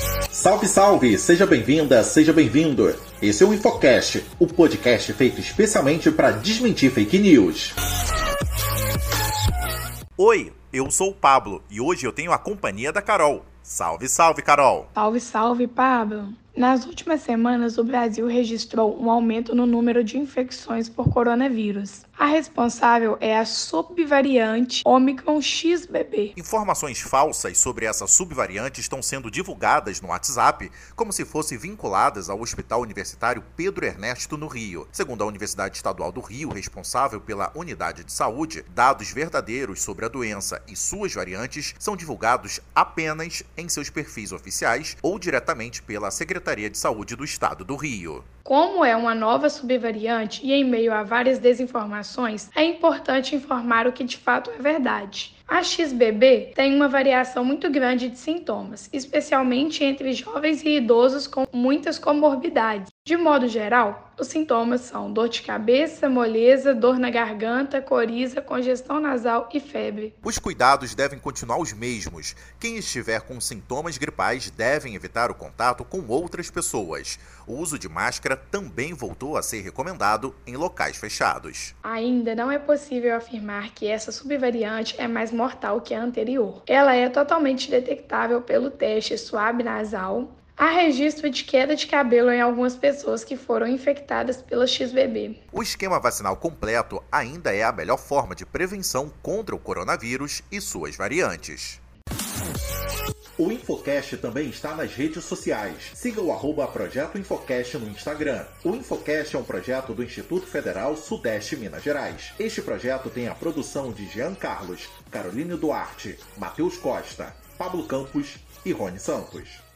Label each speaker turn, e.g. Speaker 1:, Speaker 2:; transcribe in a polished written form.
Speaker 1: Salve, salve! Seja bem-vinda, seja bem-vindo! Esse é o InfoCast, o podcast feito especialmente para desmentir fake news.
Speaker 2: Oi, eu sou o Pablo e hoje eu tenho a companhia da Carol. Salve, salve, Carol!
Speaker 3: Salve, salve, Pablo! Nas últimas semanas, o Brasil registrou um aumento no número de infecções por coronavírus. A responsável é a subvariante Omicron XBB.
Speaker 2: Informações falsas sobre essa subvariante estão sendo divulgadas no WhatsApp como se fossem vinculadas ao Hospital Universitário Pedro Ernesto, no Rio. Segundo a Universidade Estadual do Rio, responsável pela unidade de saúde, dados verdadeiros sobre a doença e suas variantes são divulgados apenas em seus perfis oficiais ou diretamente pela Secretaria de Saúde do Estado do Rio.
Speaker 3: Como é uma nova subvariante e em meio a várias desinformações, é importante informar o que de fato é verdade. A XBB tem uma variação muito grande de sintomas, especialmente entre jovens e idosos com muitas comorbidades. De modo geral, os sintomas são dor de cabeça, moleza, dor na garganta, coriza, congestão nasal e febre.
Speaker 2: Os cuidados devem continuar os mesmos. Quem estiver com sintomas gripais devem evitar o contato com outras pessoas. O uso de máscara também voltou a ser recomendado em locais fechados.
Speaker 3: Ainda não é possível afirmar que essa subvariante é mais mortal que a anterior. Ela é totalmente detectável pelo teste suave nasal. Há registro de queda de cabelo em algumas pessoas que foram infectadas pela XBB.
Speaker 2: O esquema vacinal completo ainda é a melhor forma de prevenção contra o coronavírus e suas variantes.
Speaker 1: O InfoCast também está nas redes sociais. Siga o @Projeto InfoCast no Instagram. O InfoCast é um projeto do Instituto Federal Sudeste Minas Gerais. Este projeto tem a produção de Jean Carlos, Caroline Duarte, Matheus Costa, Pablo Campos e Rony Santos.